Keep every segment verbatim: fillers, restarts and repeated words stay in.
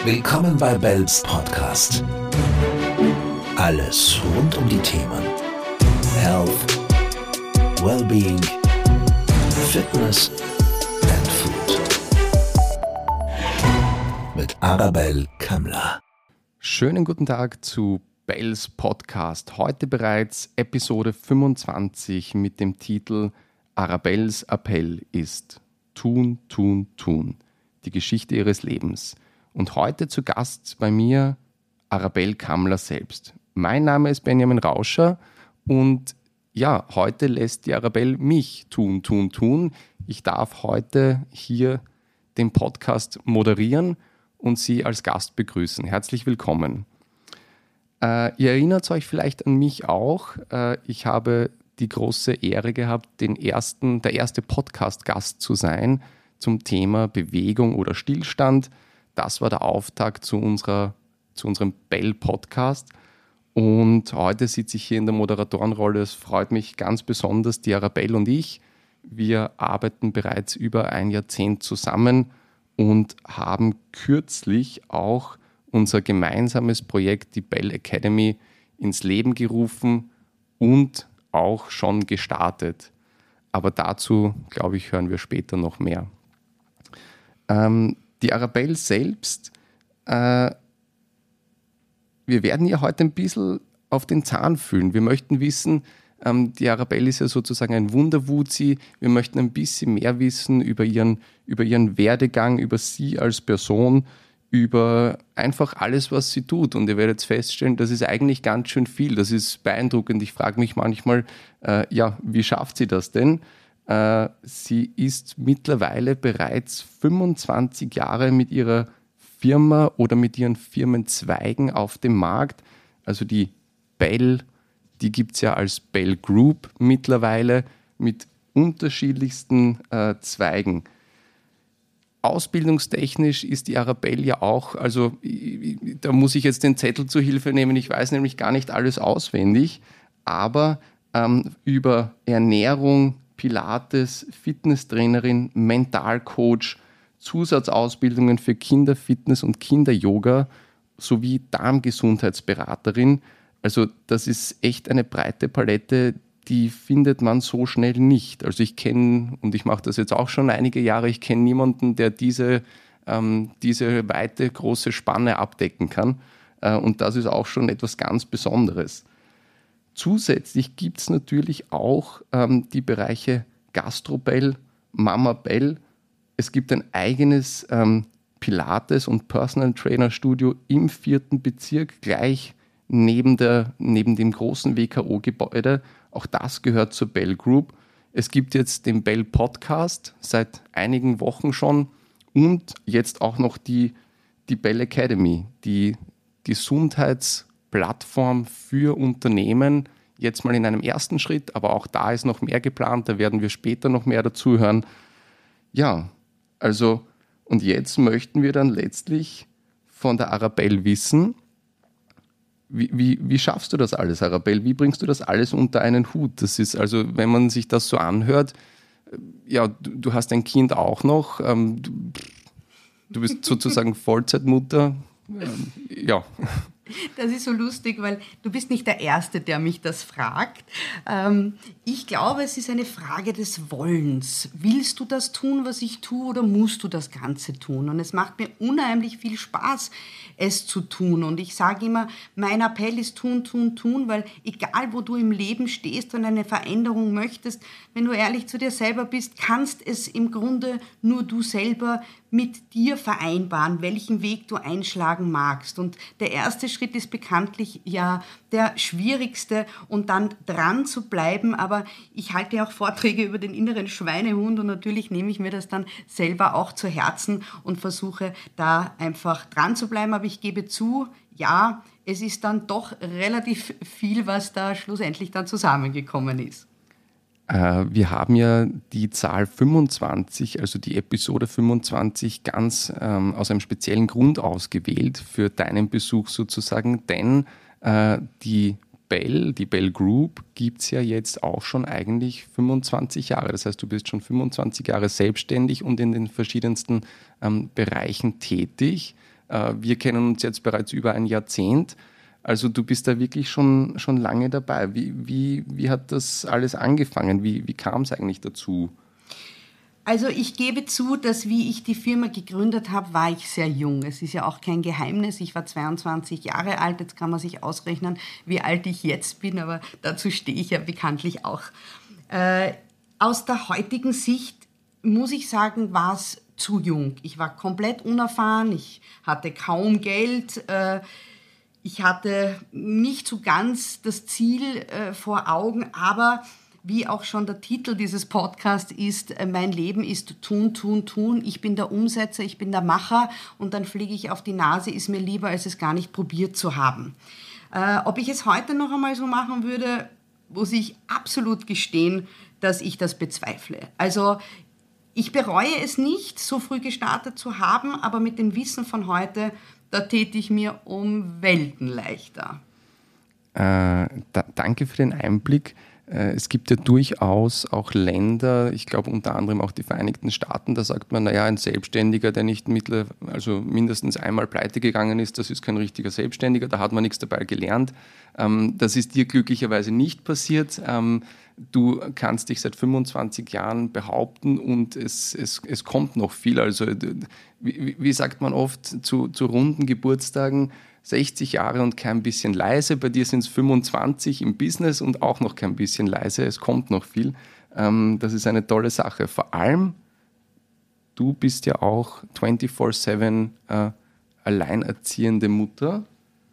Willkommen bei Bells Podcast. Alles rund um die Themen Health, Wellbeing, Fitness and Food. Mit Arabelle Kammler. Schönen guten Tag zu Bells Podcast. Heute bereits Episode fünfundzwanzig mit dem Titel Arabelles Appell ist Tun, Tun, Tun. Die Geschichte ihres Lebens. Und heute zu Gast bei mir Arabelle Kammler selbst. Mein Name ist Benjamin Rauscher und ja, heute lässt die Arabelle mich tun, tun, tun. Ich darf heute hier den Podcast moderieren und Sie als Gast begrüßen. Herzlich willkommen. Äh, ihr erinnert euch vielleicht an mich auch. Äh, ich habe die große Ehre gehabt, den ersten, der erste Podcast-Gast zu sein zum Thema Bewegung oder Stillstand. Das war der Auftakt zu, unserer, zu unserem Bell-Podcast. Und heute sitze ich hier in der Moderatorenrolle. Es freut mich ganz besonders, die Arabelle und ich. Wir arbeiten bereits über ein Jahrzehnt zusammen und haben kürzlich auch unser gemeinsames Projekt, die Bell Academy, ins Leben gerufen und auch schon gestartet. Aber dazu, glaube ich, hören wir später noch mehr. Ähm, Die Arabelle selbst, äh, wir werden ihr heute ein bisschen auf den Zahn fühlen. Wir möchten wissen, ähm, die Arabelle ist ja sozusagen ein Wunderwuzi. Wir möchten ein bisschen mehr wissen über ihren, über ihren Werdegang, über sie als Person, über einfach alles, was sie tut. Und ihr werdet feststellen, das ist eigentlich ganz schön viel. Das ist beeindruckend. Ich frage mich manchmal, äh, ja, wie schafft sie das denn? Uh, sie ist mittlerweile bereits fünfundzwanzig Jahre mit ihrer Firma oder mit ihren Firmenzweigen auf dem Markt. Also die Bell, die gibt es ja als Bell Group mittlerweile mit unterschiedlichsten uh, Zweigen. Ausbildungstechnisch ist die Arabelle ja auch, also da muss ich jetzt den Zettel zur Hilfe nehmen, ich weiß nämlich gar nicht alles auswendig, aber ähm, über Ernährung, Pilates, Fitnesstrainerin, Mentalcoach, Zusatzausbildungen für Kinderfitness und Kinderyoga sowie Darmgesundheitsberaterin. Also das ist echt eine breite Palette, die findet man so schnell nicht. Also ich kenne, und ich mache das jetzt auch schon einige Jahre, ich kenne niemanden, der diese, ähm, diese weite, große Spanne abdecken kann. Äh, und das ist auch schon etwas ganz Besonderes. Zusätzlich gibt es natürlich auch ähm, die Bereiche Gastrobell, Mama Bell. Es gibt ein eigenes ähm, Pilates- und Personal Trainer Studio im vierten Bezirk, gleich neben, der, neben dem großen W K O-Gebäude. Auch das gehört zur Bell Group. Es gibt jetzt den Bell Podcast seit einigen Wochen schon und jetzt auch noch die, die Bell Academy, die Gesundheits- Plattform für Unternehmen, jetzt mal in einem ersten Schritt, aber auch da ist noch mehr geplant, da werden wir später noch mehr dazu hören. Ja, also und jetzt möchten wir dann letztlich von der Arabelle wissen, wie, wie, wie schaffst du das alles, Arabelle? Wie bringst du das alles unter einen Hut? Das ist also, wenn man sich das so anhört, ja, du, du hast ein Kind auch noch, ähm, du, du bist sozusagen Vollzeitmutter, ähm, ja. Das ist so lustig, weil du bist nicht der Erste, der mich das fragt. Ähm, ich glaube, es ist eine Frage des Wollens. Willst du das tun, was ich tue, oder musst du das Ganze tun? Und es macht mir unheimlich viel Spaß, es zu tun. Und ich sage immer, mein Appell ist tun, tun, tun, weil egal, wo du im Leben stehst und eine Veränderung möchtest, wenn du ehrlich zu dir selber bist, kannst es im Grunde nur du selber mit dir vereinbaren, welchen Weg du einschlagen magst. Und der erste Schritt ist bekanntlich ja der schwierigste, und dann dran zu bleiben. Aber ich halte ja auch Vorträge über den inneren Schweinehund und natürlich nehme ich mir das dann selber auch zu Herzen und versuche da einfach dran zu bleiben. Aber ich gebe zu, ja, es ist dann doch relativ viel, was da schlussendlich dann zusammengekommen ist. Wir haben ja die Zahl fünfundzwanzig, also die Episode fünfundzwanzig, ganz ähm, aus einem speziellen Grund ausgewählt für deinen Besuch sozusagen, denn äh, die Bell, die Bell Group, gibt es ja jetzt auch schon eigentlich fünfundzwanzig Jahre. Das heißt, du bist schon fünfundzwanzig Jahre selbstständig und in den verschiedensten ähm, Bereichen tätig. Äh, wir kennen uns jetzt bereits über ein Jahrzehnt. Also du bist da wirklich schon, schon lange dabei. Wie, wie, wie hat das alles angefangen? Wie, wie kam es eigentlich dazu? Also ich gebe zu, dass wie ich die Firma gegründet habe, war ich sehr jung. Es ist ja auch kein Geheimnis. Ich war zweiundzwanzig Jahre alt. Jetzt kann man sich ausrechnen, wie alt ich jetzt bin, aber dazu stehe ich ja bekanntlich auch. Äh, aus der heutigen Sicht muss ich sagen, war es zu jung. Ich war komplett unerfahren. Ich hatte kaum Geld. Äh, ich hatte nicht so ganz das Ziel äh, vor Augen, aber wie auch schon der Titel dieses Podcasts ist, mein Leben ist tun, tun, tun. Ich bin der Umsetzer, ich bin der Macher und dann fliege ich auf die Nase, ist mir lieber, als es gar nicht probiert zu haben. Äh, ob ich es heute noch einmal so machen würde, muss ich absolut gestehen, dass ich das bezweifle. Also ich bereue es nicht, so früh gestartet zu haben, aber mit dem Wissen von heute, da täte ich mir um Welten leichter. Äh, da, danke für den Einblick. Es gibt ja durchaus auch Länder, ich glaube unter anderem auch die Vereinigten Staaten, da sagt man, naja, ein Selbstständiger, der nicht mittler, also mindestens einmal pleite gegangen ist, das ist kein richtiger Selbstständiger, da hat man nichts dabei gelernt. Das ist dir glücklicherweise nicht passiert. Du kannst dich seit fünfundzwanzig Jahren behaupten und es, es, es kommt noch viel. Also wie, wie sagt man oft zu, zu runden Geburtstagen, sechzig Jahre und kein bisschen leise. Bei dir sind es fünfundzwanzig im Business und auch noch kein bisschen leise. Es kommt noch viel. Ähm, das ist eine tolle Sache. Vor allem, du bist ja auch vierundzwanzig sieben äh, alleinerziehende Mutter.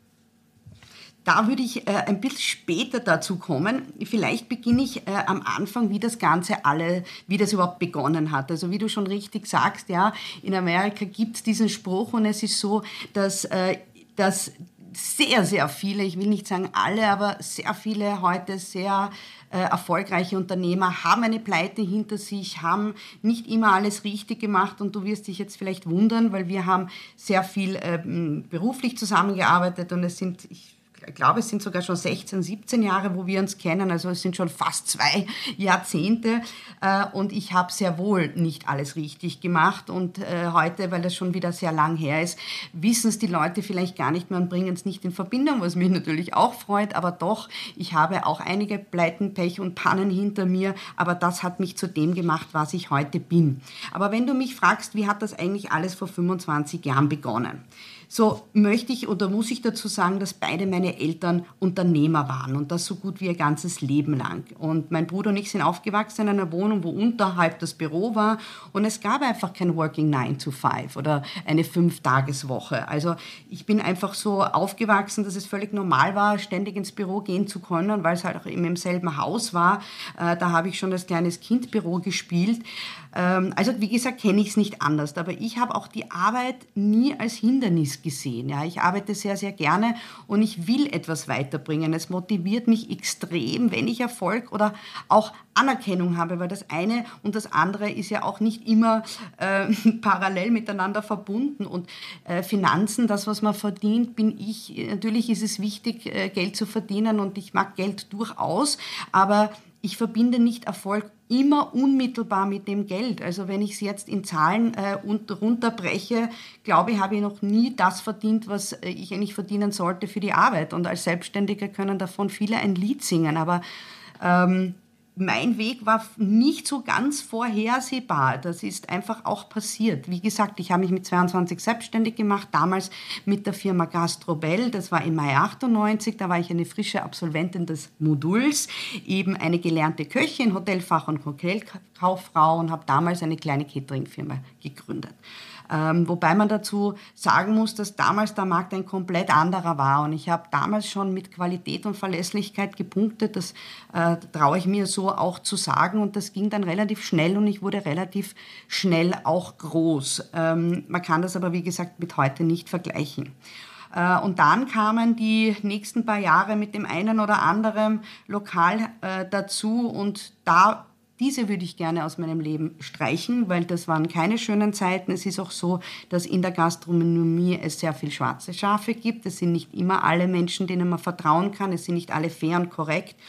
Da würde ich äh, ein bisschen später dazu kommen. Vielleicht beginne ich äh, am Anfang, wie das Ganze alle, wie das überhaupt begonnen hat. Also wie du schon richtig sagst, ja, in Amerika gibt es diesen Spruch und es ist so, dass äh, dass sehr, sehr viele, ich will nicht sagen alle, aber sehr viele heute sehr äh, erfolgreiche Unternehmer haben eine Pleite hinter sich, haben nicht immer alles richtig gemacht und du wirst dich jetzt vielleicht wundern, weil wir haben sehr viel äh, beruflich zusammengearbeitet und es sind, ich Ich glaube, es sind sogar schon sechzehn, siebzehn Jahre, wo wir uns kennen. Also es sind schon fast zwei Jahrzehnte. Und ich habe sehr wohl nicht alles richtig gemacht. Und heute, weil das schon wieder sehr lang her ist, wissen es die Leute vielleicht gar nicht mehr und bringen es nicht in Verbindung, was mich natürlich auch freut. Aber doch, ich habe auch einige Pleiten, Pech und Pannen hinter mir. Aber das hat mich zu dem gemacht, was ich heute bin. Aber wenn du mich fragst, wie hat das eigentlich alles vor fünfundzwanzig Jahren begonnen? So möchte ich oder muss ich dazu sagen, dass beide meine Eltern Unternehmer waren und das so gut wie ihr ganzes Leben lang. Und mein Bruder und ich sind aufgewachsen in einer Wohnung, wo unterhalb das Büro war und es gab einfach kein Working nine to five oder eine Fünf-Tages-Woche. Also ich bin einfach so aufgewachsen, dass es völlig normal war, ständig ins Büro gehen zu können, weil es halt auch eben im selben Haus war. Äh, da habe ich schon als kleines Kind Büro gespielt. Ähm, also wie gesagt, kenne ich es nicht anders. Aber ich habe auch die Arbeit nie als Hindernis gesehen. Ja, ich arbeite sehr, sehr gerne und ich will etwas weiterbringen. Es motiviert mich extrem, wenn ich Erfolg oder auch Anerkennung habe, weil das eine und das andere ist ja auch nicht immer äh, parallel miteinander verbunden. Und äh, Finanzen, das, was man verdient, bin ich, natürlich ist es wichtig, äh, Geld zu verdienen und ich mag Geld durchaus, aber ich verbinde nicht Erfolg immer unmittelbar mit dem Geld. Also wenn ich es jetzt in Zahlen äh, runterbreche, glaube ich, habe ich noch nie das verdient, was ich eigentlich verdienen sollte für die Arbeit. Und als Selbstständiger können davon viele ein Lied singen. Aber ähm, mein Weg war nicht so ganz vorhersehbar. Das ist einfach auch passiert. Wie gesagt, ich habe mich mit zweiundzwanzig selbstständig gemacht, damals mit der Firma Gastrobel. Das war im Mai achtundneunzig, da war ich eine frische Absolventin des Moduls, eben eine gelernte Köchin, Hotelfach- und Hotelkauffrau und habe damals eine kleine Cateringfirma gegründet. Ähm, wobei man dazu sagen muss, dass damals der Markt ein komplett anderer war. Und ich habe damals schon mit Qualität und Verlässlichkeit gepunktet. Das äh, traue ich mir so auch zu sagen. Und das ging dann relativ schnell und ich wurde relativ schnell auch groß. Ähm, man kann das aber, wie gesagt, mit heute nicht vergleichen. Äh, und dann kamen die nächsten paar Jahre mit dem einen oder anderen Lokal äh, dazu und da Diese würde ich gerne aus meinem Leben streichen, weil das waren keine schönen Zeiten. Es ist auch so, dass in der Gastronomie es sehr viel schwarze Schafe gibt. Es sind nicht immer alle Menschen, denen man vertrauen kann. Es sind nicht alle fair und korrekt.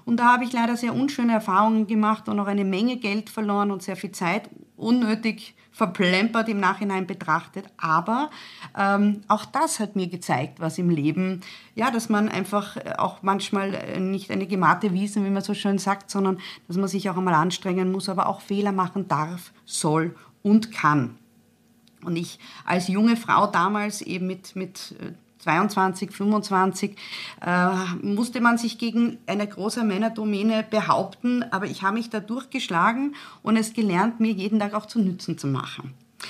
Und da habe ich leider sehr unschöne Erfahrungen gemacht und auch eine Menge Geld verloren und sehr viel Zeit unnötig verplempert im Nachhinein betrachtet. Aber ähm, auch das hat mir gezeigt, was im Leben, ja, dass man einfach auch manchmal nicht eine gemahte Wiese, wie man so schön sagt, sondern dass man sich auch einmal anstrengen muss, aber auch Fehler machen darf, soll und kann. Und ich als junge Frau damals eben mit, mit zweiundzwanzig, fünfundzwanzig, äh, musste man sich gegen eine große Männerdomäne behaupten, aber ich habe mich da durchgeschlagen und es gelernt, mir jeden Tag auch zu Nützen zu machen.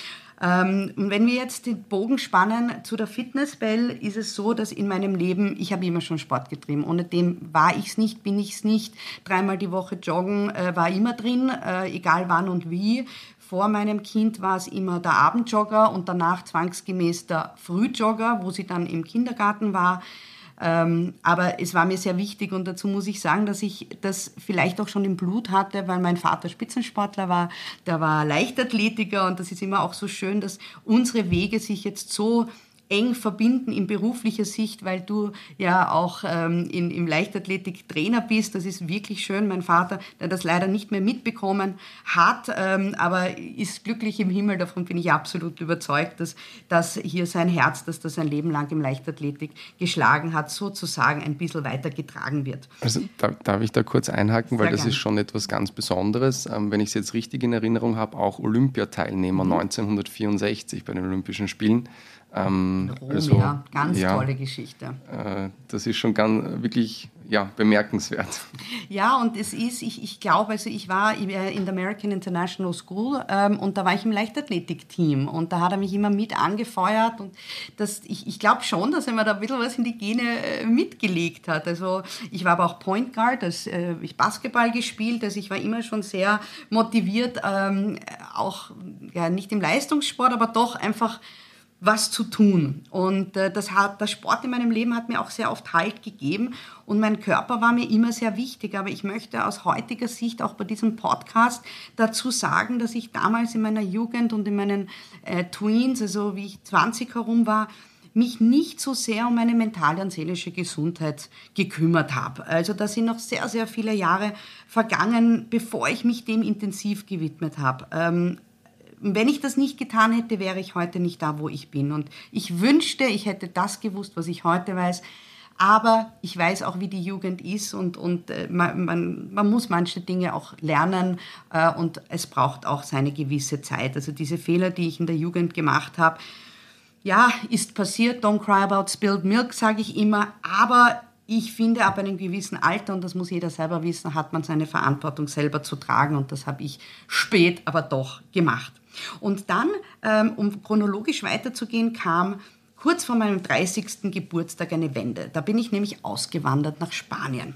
Ähm, und wenn wir jetzt den Bogen spannen zu der Fitness-Bell, ist es so, dass in meinem Leben, ich habe immer schon Sport getrieben, ohne dem war ich es nicht, bin ich es nicht, dreimal die Woche joggen äh, war immer drin, äh, egal wann und wie. Vor meinem Kind war es immer der Abendjogger und danach zwangsgemäß der Frühjogger, wo sie dann im Kindergarten war. Ähm, aber es war mir sehr wichtig und dazu muss ich sagen, dass ich das vielleicht auch schon im Blut hatte, weil mein Vater Spitzensportler war, der war Leichtathletiker und das ist immer auch so schön, dass unsere Wege sich jetzt so eng verbinden in beruflicher Sicht, weil du ja auch ähm, in, im Leichtathletik Trainer bist. Das ist wirklich schön. Mein Vater, der das leider nicht mehr mitbekommen hat, ähm, aber ist glücklich im Himmel. Davon bin ich absolut überzeugt, dass, dass hier sein Herz, dass das sein Leben lang im Leichtathletik geschlagen hat, sozusagen ein bisschen weitergetragen wird. Also da, darf ich da kurz einhaken, weil Sehr das gern. ist schon etwas ganz Besonderes. Ähm, wenn ich es jetzt richtig in Erinnerung habe, auch Olympiateilnehmer mhm. neunzehnhundertvierundsechzig bei den Olympischen Spielen. Ähm, Rom, also, ja, ganz ja, tolle Geschichte. Äh, das ist schon ganz, wirklich ja, bemerkenswert. Ja, und es ist, ich, ich glaube, also ich war in der American International School ähm, und da war ich im Leichtathletik-Team und da hat er mich immer mit angefeuert und das, ich, ich glaube schon, dass er mir da ein bisschen was in die Gene äh, mitgelegt hat. Also ich war aber auch Point Guard, also, äh, ich Basketball gespielt, also ich war immer schon sehr motiviert, ähm, auch ja, nicht im Leistungssport, aber doch einfach was zu tun. Und äh, das hat, der Sport in meinem Leben hat mir auch sehr oft Halt gegeben und mein Körper war mir immer sehr wichtig. Aber ich möchte aus heutiger Sicht auch bei diesem Podcast dazu sagen, dass ich damals in meiner Jugend und in meinen äh, Tweens, also wie ich zwanzig herum war, mich nicht so sehr um meine mentale und seelische Gesundheit gekümmert habe. Also da sind noch sehr, sehr viele Jahre vergangen, bevor ich mich dem intensiv gewidmet habe. Ähm, Wenn ich das nicht getan hätte, wäre ich heute nicht da, wo ich bin. Und ich wünschte, ich hätte das gewusst, was ich heute weiß. Aber ich weiß auch, wie die Jugend ist und, und man, man, man muss manche Dinge auch lernen äh, und es braucht auch seine gewisse Zeit. Also diese Fehler, die ich in der Jugend gemacht habe, ja, ist passiert, don't cry about spilled milk, sage ich immer, aber ich finde, ab einem gewissen Alter, und das muss jeder selber wissen, hat man seine Verantwortung selber zu tragen und das habe ich spät, aber doch gemacht. Und dann, ähm, um chronologisch weiterzugehen, kam kurz vor meinem dreißigsten Geburtstag eine Wende. Da bin ich nämlich ausgewandert nach Spanien.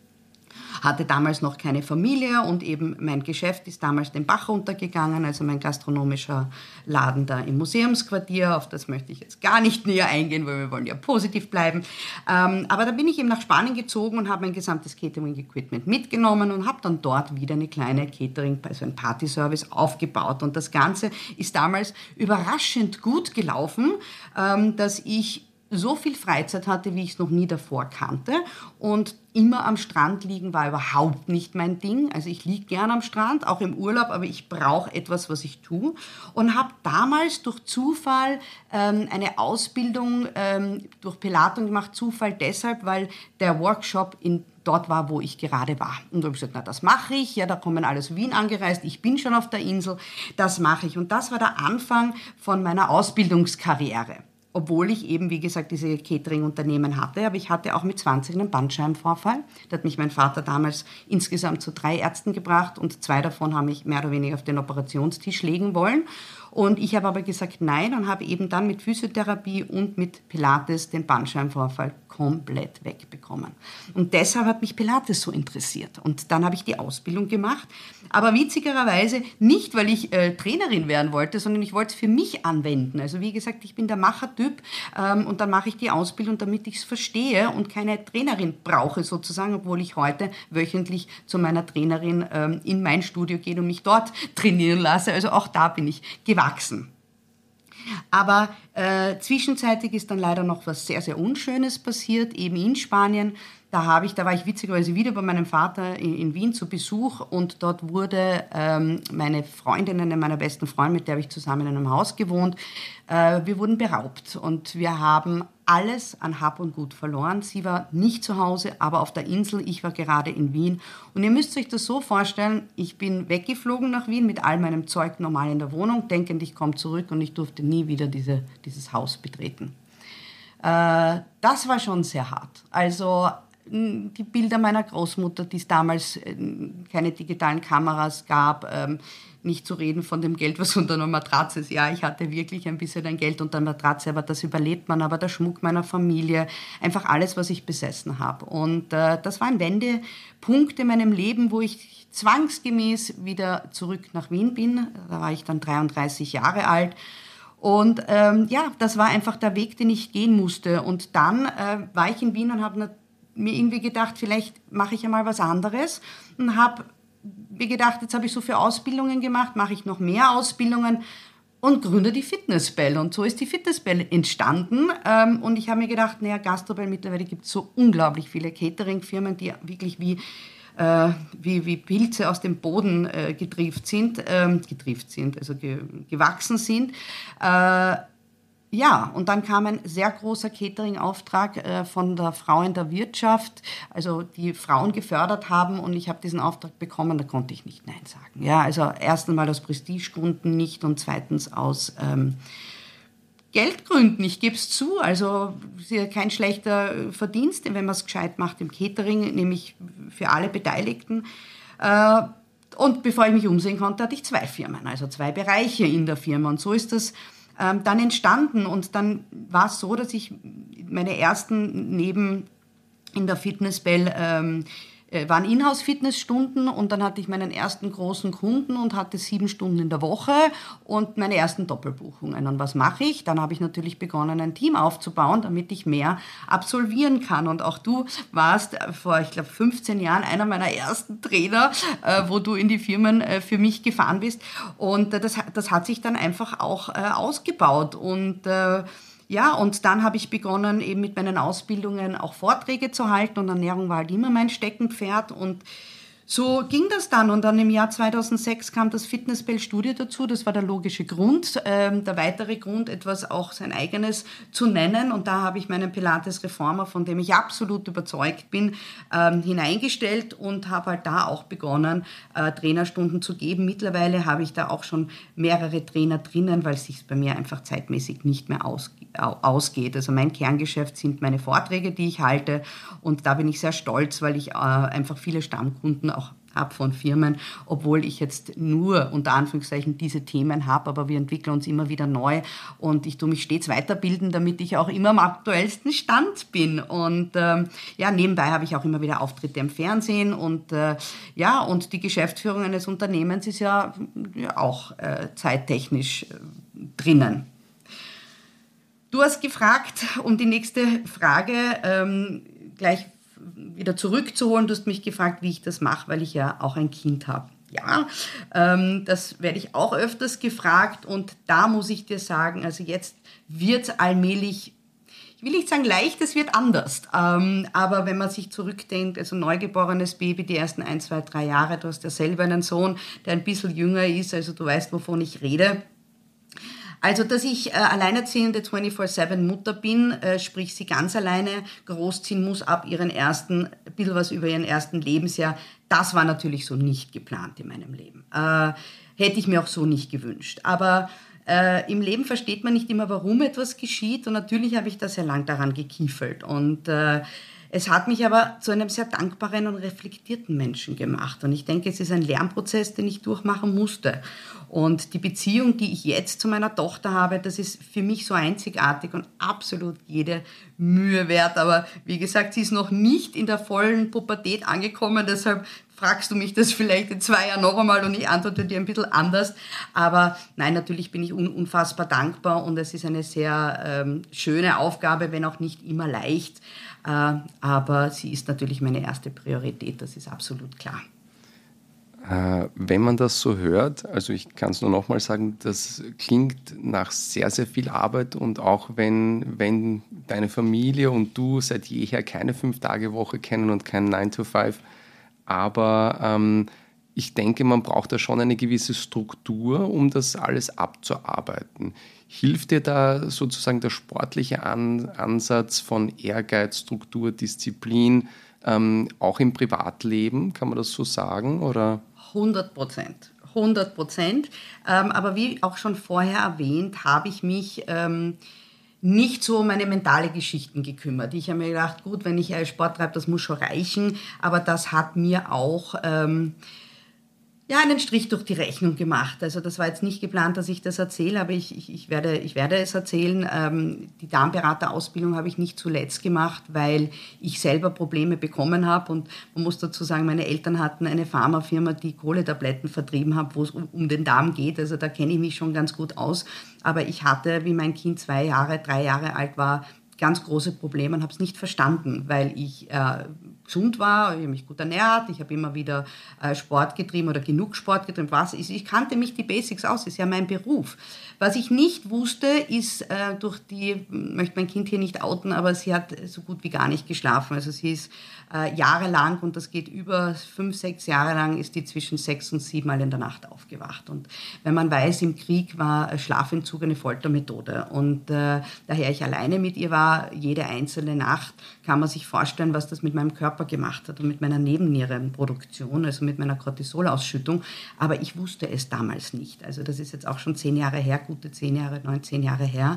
Hatte damals noch keine Familie und eben mein Geschäft ist damals den Bach runtergegangen, also mein gastronomischer Laden da im Museumsquartier, auf das möchte ich jetzt gar nicht näher eingehen, weil wir wollen ja positiv bleiben. Ähm, aber da bin ich eben nach Spanien gezogen und habe mein gesamtes Catering-Equipment mitgenommen und habe dann dort wieder eine kleine Catering, also ein Partyservice aufgebaut. Und das Ganze ist damals überraschend gut gelaufen, ähm, dass ich so viel Freizeit hatte, wie ich es noch nie davor kannte. Und immer am Strand liegen war überhaupt nicht mein Ding. Also ich liege gern am Strand, auch im Urlaub, aber ich brauche etwas, was ich tue. Und habe damals durch Zufall ähm, eine Ausbildung ähm, durch Pilates gemacht. Zufall deshalb, weil der Workshop in dort war, wo ich gerade war. Und da habe ich gesagt, na, das mache ich. Ja, da kommen alle aus Wien angereist. Ich bin schon auf der Insel. Das mache ich. Und das war der Anfang von meiner Ausbildungskarriere. Obwohl ich eben, wie gesagt, diese Catering-Unternehmen hatte. Aber ich hatte auch mit zwanzig einen Bandscheibenvorfall. Da hat mich mein Vater damals insgesamt zu drei Ärzten gebracht und zwei davon haben mich mehr oder weniger auf den Operationstisch legen wollen. Und ich habe aber gesagt nein und habe eben dann mit Physiotherapie und mit Pilates den Bandscheibenvorfall komplett wegbekommen. Und deshalb hat mich Pilates so interessiert. Und dann habe ich die Ausbildung gemacht. Aber witzigerweise nicht, weil ich äh, Trainerin werden wollte, sondern ich wollte es für mich anwenden. Also wie gesagt, ich bin der Machertyp ähm, und dann mache ich die Ausbildung, damit ich es verstehe und keine Trainerin brauche sozusagen, obwohl ich heute wöchentlich zu meiner Trainerin ähm, in mein Studio gehe und mich dort trainieren lasse. Also auch da bin ich gewachsen. Aber äh, zwischenzeitlich ist dann leider noch was sehr, sehr Unschönes passiert, eben in Spanien. da habe ich, da war ich witzigerweise wieder bei meinem Vater in, in Wien zu Besuch und dort wurde ähm, meine Freundin, eine meiner besten Freunde, mit der habe ich zusammen in einem Haus gewohnt, äh, wir wurden beraubt und wir haben alles an Hab und Gut verloren. Sie war nicht zu Hause, aber auf der Insel, ich war gerade in Wien. Und ihr müsst euch das so vorstellen, ich bin weggeflogen nach Wien mit all meinem Zeug normal in der Wohnung, denkend, ich komme zurück und ich durfte nie wieder diese, dieses Haus betreten. Äh, das war schon sehr hart. Also die Bilder meiner Großmutter, die es damals keine digitalen Kameras gab, ähm, nicht zu reden von dem Geld, was unter einer Matratze ist. Ja, ich hatte wirklich ein bisschen ein Geld unter einer Matratze, aber das überlebt man. Aber der Schmuck meiner Familie, einfach alles, was ich besessen habe. Und äh, das war ein Wendepunkt in meinem Leben, wo ich zwangsgemäß wieder zurück nach Wien bin. Da war ich dann dreiunddreißig Jahre alt. Und ähm, ja, das war einfach der Weg, den ich gehen musste. Und dann äh, war ich in Wien und habe mir irgendwie gedacht, vielleicht mache ich einmal was anderes und habe mir gedacht, jetzt habe ich so viele Ausbildungen gemacht, mache ich noch mehr Ausbildungen und gründe die Fitnessbell. Und so ist die Fitnessbell entstanden. Und ich habe mir gedacht, naja, Gastrobell, mittlerweile gibt es so unglaublich viele Catering-Firmen, die wirklich wie, äh, wie, wie Pilze aus dem Boden äh, getrieft sind, äh, getrieft sind, also ge, gewachsen sind. Äh, Ja, und dann kam ein sehr großer Catering-Auftrag äh, von der Frau in der Wirtschaft, also die Frauen gefördert haben und ich habe diesen Auftrag bekommen, da konnte ich nicht Nein sagen. Ja, also erstens mal aus Prestigegründen nicht und zweitens aus ähm, Geldgründen, ich gebe es zu, also es ist ja kein schlechter Verdienst, wenn man es gescheit macht im Catering, nämlich für alle Beteiligten. Äh, und bevor ich mich umsehen konnte, hatte ich zwei Firmen, also zwei Bereiche in der Firma und so ist das Ähm, dann entstanden und dann war es so, dass ich meine ersten neben in der Fitnessbell ähm, äh, waren Inhouse-Fitnessstunden und dann hatte ich meinen ersten großen Kunden und hatte sieben Stunden in der Woche und meine ersten Doppelbuchungen. Und was mache ich? Dann habe ich natürlich begonnen, ein Team aufzubauen, damit ich mehr absolvieren kann. Und auch du warst vor, ich glaube, fünfzehn Jahren einer meiner ersten Trainer, äh, wo du in die Firmen äh, für mich gefahren bist. Und äh, das, das hat sich dann einfach auch äh, ausgebaut. Und äh, Ja, und dann habe ich begonnen, eben mit meinen Ausbildungen auch Vorträge zu halten und Ernährung war halt immer mein Steckenpferd und so ging das dann und dann im Jahr zweitausendsechs kam das Fitnessbell-Studio dazu, das war der logische Grund, ähm, der weitere Grund, etwas auch sein eigenes zu nennen und da habe ich meinen Pilates-Reformer, von dem ich absolut überzeugt bin, ähm, hineingestellt und habe halt da auch begonnen, äh, Trainerstunden zu geben. Mittlerweile habe ich da auch schon mehrere Trainer drinnen, weil es sich bei mir einfach zeitmäßig nicht mehr ausgeht. ausgeht. Also mein Kerngeschäft sind meine Vorträge, die ich halte und da bin ich sehr stolz, weil ich äh, einfach viele Stammkunden auch habe von Firmen, obwohl ich jetzt nur unter Anführungszeichen diese Themen habe, aber wir entwickeln uns immer wieder neu und ich tue mich stets weiterbilden, damit ich auch immer am aktuellsten Stand bin und ähm, ja, nebenbei habe ich auch immer wieder Auftritte im Fernsehen und äh, ja, und die Geschäftsführung eines Unternehmens ist ja, ja auch äh, zeittechnisch äh, drinnen. Du hast gefragt, um die nächste Frage ähm, gleich wieder zurückzuholen, du hast mich gefragt, wie ich das mache, weil ich ja auch ein Kind habe. Ja, ähm, das werde ich auch öfters gefragt und da muss ich dir sagen, also jetzt wird es allmählich, ich will nicht sagen leicht, es wird anders, ähm, aber wenn man sich zurückdenkt, also neugeborenes Baby, die ersten ein, zwei, drei Jahre, du hast ja selber einen Sohn, der ein bisschen jünger ist, also du weißt, wovon ich rede. Also, dass ich äh, alleinerziehende vierundzwanzig sieben Mutter bin, äh, sprich sie ganz alleine großziehen muss ab ihren ersten, ein bisschen was über ihren ersten Lebensjahr, das war natürlich so nicht geplant in meinem Leben. Äh, hätte ich mir auch so nicht gewünscht. Aber äh, im Leben versteht man nicht immer, warum etwas geschieht und natürlich habe ich da sehr lang daran gekiefelt und äh, es hat mich aber zu einem sehr dankbaren und reflektierten Menschen gemacht. Und ich denke, es ist ein Lernprozess, den ich durchmachen musste. Und die Beziehung, die ich jetzt zu meiner Tochter habe, das ist für mich so einzigartig und absolut jede Mühe wert. Aber wie gesagt, sie ist noch nicht in der vollen Pubertät angekommen, deshalb fragst du mich das vielleicht in zwei Jahren noch einmal und ich antworte dir ein bisschen anders. Aber nein, natürlich bin ich un- unfassbar dankbar und es ist eine sehr ähm, schöne Aufgabe, wenn auch nicht immer leicht. Äh, aber sie ist natürlich meine erste Priorität, das ist absolut klar. Äh, wenn man das so hört, also ich kann es nur nochmal sagen, das klingt nach sehr, sehr viel Arbeit, und auch wenn, wenn deine Familie und du seit jeher keine Fünf-Tage-Woche kennen und kein nine to five, aber ähm, ich denke, man braucht da schon eine gewisse Struktur, um das alles abzuarbeiten. Hilft dir da sozusagen der sportliche An- Ansatz von Ehrgeiz, Struktur, Disziplin, ähm, auch im Privatleben, kann man das so sagen, oder? hundert Prozent. hundert Prozent. Ähm, aber wie auch schon vorher erwähnt, habe ich mich ähm, nicht so um meine mentale Geschichten gekümmert. Ich habe mir gedacht, gut, wenn ich Sport treibe, das muss schon reichen. Aber das hat mir auch ähm, ja, einen Strich durch die Rechnung gemacht. Also das war jetzt nicht geplant, dass ich das erzähle, aber ich, ich, ich, werde, ich werde es erzählen. Ähm, die Darmberaterausbildung habe ich nicht zuletzt gemacht, weil ich selber Probleme bekommen habe. Und man muss dazu sagen, meine Eltern hatten eine Pharmafirma, die Kohletabletten vertrieben hat, wo es um, um den Darm geht. Also da kenne ich mich schon ganz gut aus. Aber ich hatte, wie mein Kind zwei Jahre, drei Jahre alt war, ganz große Probleme und habe es nicht verstanden, weil ich äh, gesund war, ich habe mich gut ernährt, ich habe immer wieder äh, Sport getrieben oder genug Sport getrieben. Was ist, ich kannte mich die Basics aus, ist ja mein Beruf. Was ich nicht wusste, ist äh, durch die, ich möchte mein Kind hier nicht outen, aber sie hat so gut wie gar nicht geschlafen. Also sie ist äh, jahrelang, und das geht über fünf, sechs Jahre lang, ist die zwischen sechs und sieben Mal in der Nacht aufgewacht. Und wenn man weiß, im Krieg war Schlafentzug eine Foltermethode, und äh, daher ich alleine mit ihr war, jede einzelne Nacht, kann man sich vorstellen, was das mit meinem Körper gemacht hat und mit meiner Nebennierenproduktion, also mit meiner Cortisolausschüttung. Aber ich wusste es damals nicht. Also das ist jetzt auch schon zehn Jahre her, gute zehn Jahre, neun, zehn Jahre her.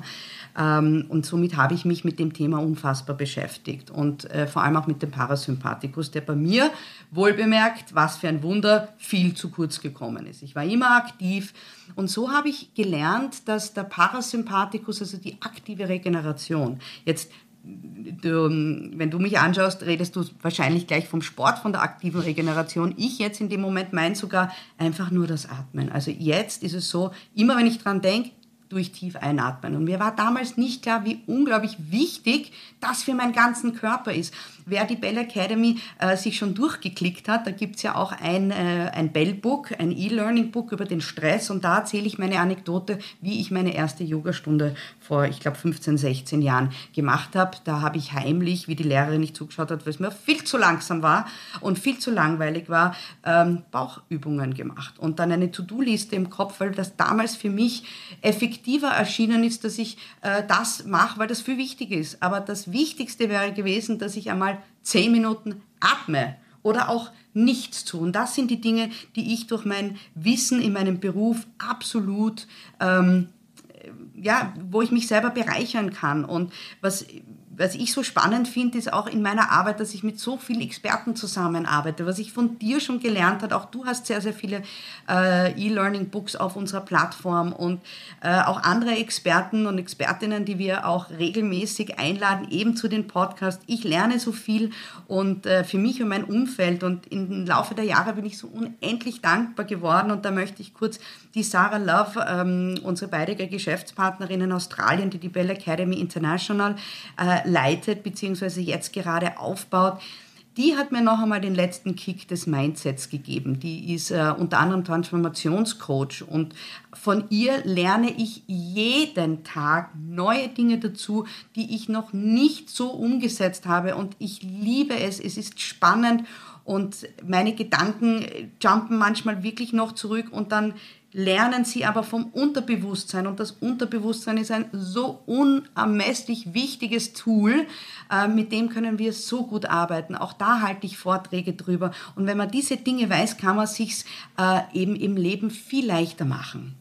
Und somit habe ich mich mit dem Thema unfassbar beschäftigt, und vor allem auch mit dem Parasympathikus, der bei mir, wohlbemerkt, was für ein Wunder, viel zu kurz gekommen ist. Ich war immer aktiv, und so habe ich gelernt, dass der Parasympathikus, also die aktive Regeneration, jetzt Du, wenn du mich anschaust, redest du wahrscheinlich gleich vom Sport, von der aktiven Regeneration. Ich jetzt in dem Moment meine sogar einfach nur das Atmen. Also jetzt ist es so, immer wenn ich dran denke, durch tief einatmen. Und mir war damals nicht klar, wie unglaublich wichtig das für meinen ganzen Körper ist. Wer die Bell Academy äh, sich schon durchgeklickt hat, da gibt es ja auch ein, äh, ein Bell-Book, ein E-Learning-Book über den Stress, und da erzähle ich meine Anekdote, wie ich meine erste Yogastunde vor, ich glaube, fünfzehn, sechzehn Jahren gemacht habe. Da habe ich heimlich, wie die Lehrerin nicht zugeschaut hat, weil es mir viel zu langsam war und viel zu langweilig war, ähm, Bauchübungen gemacht und dann eine To-Do-Liste im Kopf, weil das damals für mich effektiver erschienen ist, dass ich äh, das mache, weil das viel wichtiger ist. Aber das Wichtigste wäre gewesen, dass ich einmal zehn Minuten atme oder auch nichts tun. Das sind die Dinge, die ich durch mein Wissen in meinem Beruf absolut, ähm, ja, wo ich mich selber bereichern kann. Und was, was ich so spannend finde, ist auch in meiner Arbeit, dass ich mit so vielen Experten zusammenarbeite, was ich von dir schon gelernt habe. Auch du hast sehr, sehr viele äh, E-Learning-Books auf unserer Plattform, und äh, auch andere Experten und Expertinnen, die wir auch regelmäßig einladen, eben zu den Podcasts. Ich lerne so viel, und äh, für mich und mein Umfeld, und im Laufe der Jahre bin ich so unendlich dankbar geworden, und da möchte ich kurz die Sarah Love, ähm, unsere beide Geschäftspartnerin in Australien, die die Bell Academy International äh, leitet, beziehungsweise jetzt gerade aufbaut, die hat mir noch einmal den letzten Kick des Mindsets gegeben. Die ist äh, unter anderem Transformationscoach, und von ihr lerne ich jeden Tag neue Dinge dazu, die ich noch nicht so umgesetzt habe, und ich liebe es, es ist spannend, und meine Gedanken jumpen manchmal wirklich noch zurück, und dann lernen sie aber vom Unterbewusstsein, und das Unterbewusstsein ist ein so unermesslich wichtiges Tool, äh, mit dem können wir so gut arbeiten. Auch da halte ich Vorträge drüber, und wenn man diese Dinge weiß, kann man sich's äh, eben im Leben viel leichter machen.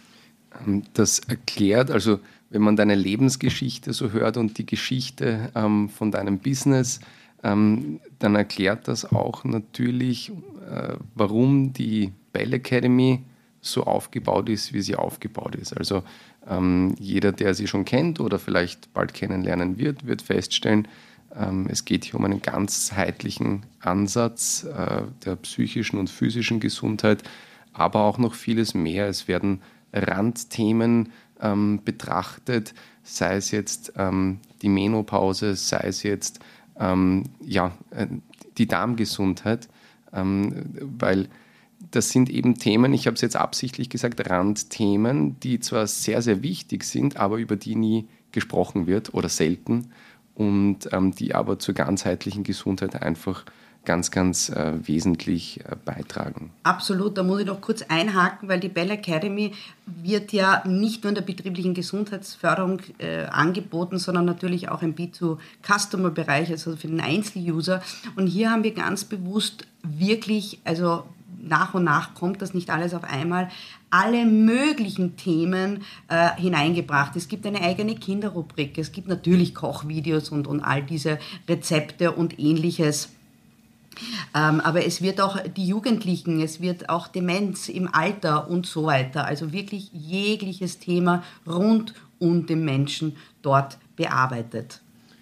Das erklärt, also wenn man deine Lebensgeschichte so hört und die Geschichte ähm, von deinem Business, ähm, dann erklärt das auch natürlich, äh, warum die Bell Academy so aufgebaut ist, wie sie aufgebaut ist. Also ähm, jeder, der sie schon kennt oder vielleicht bald kennenlernen wird, wird feststellen, ähm, es geht hier um einen ganzheitlichen Ansatz äh, der psychischen und physischen Gesundheit, aber auch noch vieles mehr. Es werden Randthemen ähm, betrachtet, sei es jetzt ähm, die Menopause, sei es jetzt ähm, ja, äh, die Darmgesundheit, ähm, weil das sind eben Themen, ich habe es jetzt absichtlich gesagt, Randthemen, die zwar sehr, sehr wichtig sind, aber über die nie gesprochen wird oder selten und ähm, die aber zur ganzheitlichen Gesundheit einfach ganz, ganz äh, wesentlich äh, beitragen. Absolut, da muss ich noch kurz einhaken, weil die Bell Academy wird ja nicht nur in der betrieblichen Gesundheitsförderung äh, angeboten, sondern natürlich auch im B zwei Customer-Bereich, also für den Einzeluser. Und hier haben wir ganz bewusst wirklich, also nach und nach kommt das nicht alles auf einmal, alle möglichen Themen äh, hineingebracht. Es gibt eine eigene Kinderrubrik, es gibt natürlich Kochvideos und, und all diese Rezepte und Ähnliches. Ähm, aber es wird auch die Jugendlichen, es wird auch Demenz im Alter und so weiter. Also wirklich jegliches Thema rund um den Menschen dort bearbeitet.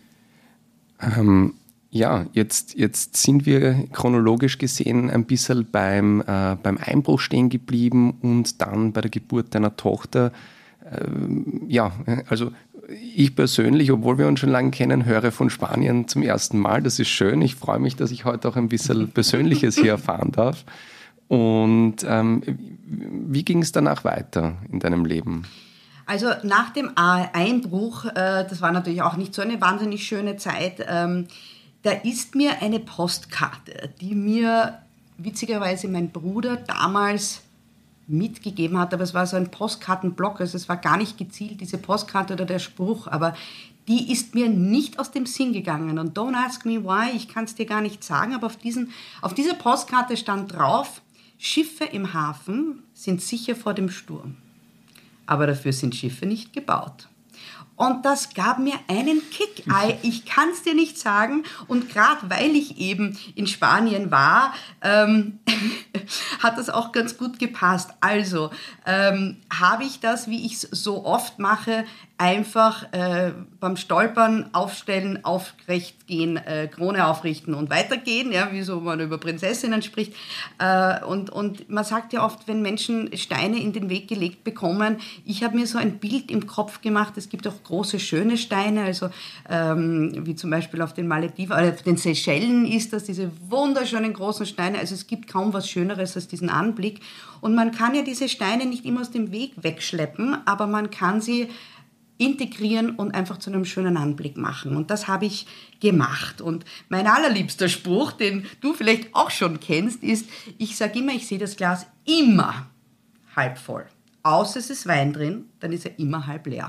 Ähm, ja, jetzt, jetzt sind wir chronologisch gesehen ein bisschen beim, äh, beim Einbruch stehen geblieben und dann bei der Geburt deiner Tochter. Ähm, ja, also ich persönlich, obwohl wir uns schon lange kennen, höre von Spanien zum ersten Mal. Das ist schön. Ich freue mich, dass ich heute auch ein bisschen Persönliches hier erfahren darf. Und ähm, wie ging es danach weiter in deinem Leben? Also nach dem Einbruch, äh, das war natürlich auch nicht so eine wahnsinnig schöne Zeit, ähm, da ist mir eine Postkarte, die mir witzigerweise mein Bruder damals mitgegeben hat, aber es war so ein Postkartenblock, also es war gar nicht gezielt, diese Postkarte oder der Spruch, aber die ist mir nicht aus dem Sinn gegangen. Und don't ask me why, ich kann es dir gar nicht sagen, aber auf, diesen, auf dieser Postkarte stand drauf, Schiffe im Hafen sind sicher vor dem Sturm, aber dafür sind Schiffe nicht gebaut. Und das gab mir einen Kick. Ich kann es dir nicht sagen. Und gerade weil ich eben in Spanien war, ähm, hat das auch ganz gut gepasst. Also ähm, habe ich das, wie ich es so oft mache, einfach äh, beim Stolpern aufstellen, aufrecht gehen, äh, Krone aufrichten und weitergehen, ja, wie so man über Prinzessinnen spricht. Äh, und, und man sagt ja oft, wenn Menschen Steine in den Weg gelegt bekommen, ich habe mir so ein Bild im Kopf gemacht, es gibt auch große, schöne Steine, also ähm, wie zum Beispiel auf den Malediven, oder auf den Seychellen ist das, diese wunderschönen großen Steine, also es gibt kaum was Schöneres als diesen Anblick. Und man kann ja diese Steine nicht immer aus dem Weg wegschleppen, aber man kann sie integrieren und einfach zu einem schönen Anblick machen. Und das habe ich gemacht. Und mein allerliebster Spruch, den du vielleicht auch schon kennst, ist, ich sage immer, ich sehe das Glas immer halb voll. Außer es ist Wein drin, dann ist er immer halb leer.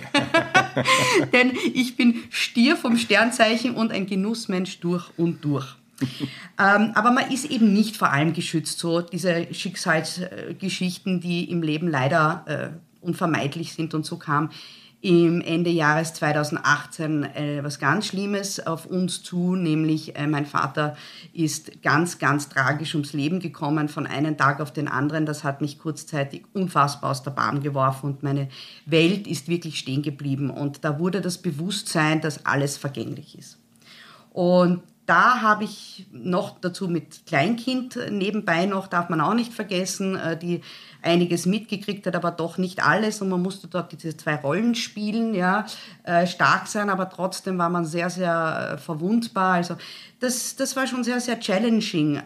Denn ich bin Stier vom Sternzeichen und ein Genussmensch durch und durch. ähm, aber man ist eben nicht vor allem geschützt, so diese Schicksalsgeschichten, die im Leben leider äh, unvermeidlich sind. Und so kam im Ende Jahres zweitausendachtzehn äh, was ganz Schlimmes auf uns zu, nämlich äh, mein Vater ist ganz, ganz tragisch ums Leben gekommen, von einem Tag auf den anderen. Das hat mich kurzzeitig unfassbar aus der Bahn geworfen und meine Welt ist wirklich stehen geblieben. Und da wurde das Bewusstsein, dass alles vergänglich ist. Und da habe ich noch dazu mit Kleinkind nebenbei noch, darf man auch nicht vergessen, die einiges mitgekriegt hat, aber doch nicht alles. Und man musste dort diese zwei Rollen spielen, ja, stark sein, aber trotzdem war man sehr, sehr verwundbar. Also das, das war schon sehr, sehr challenging.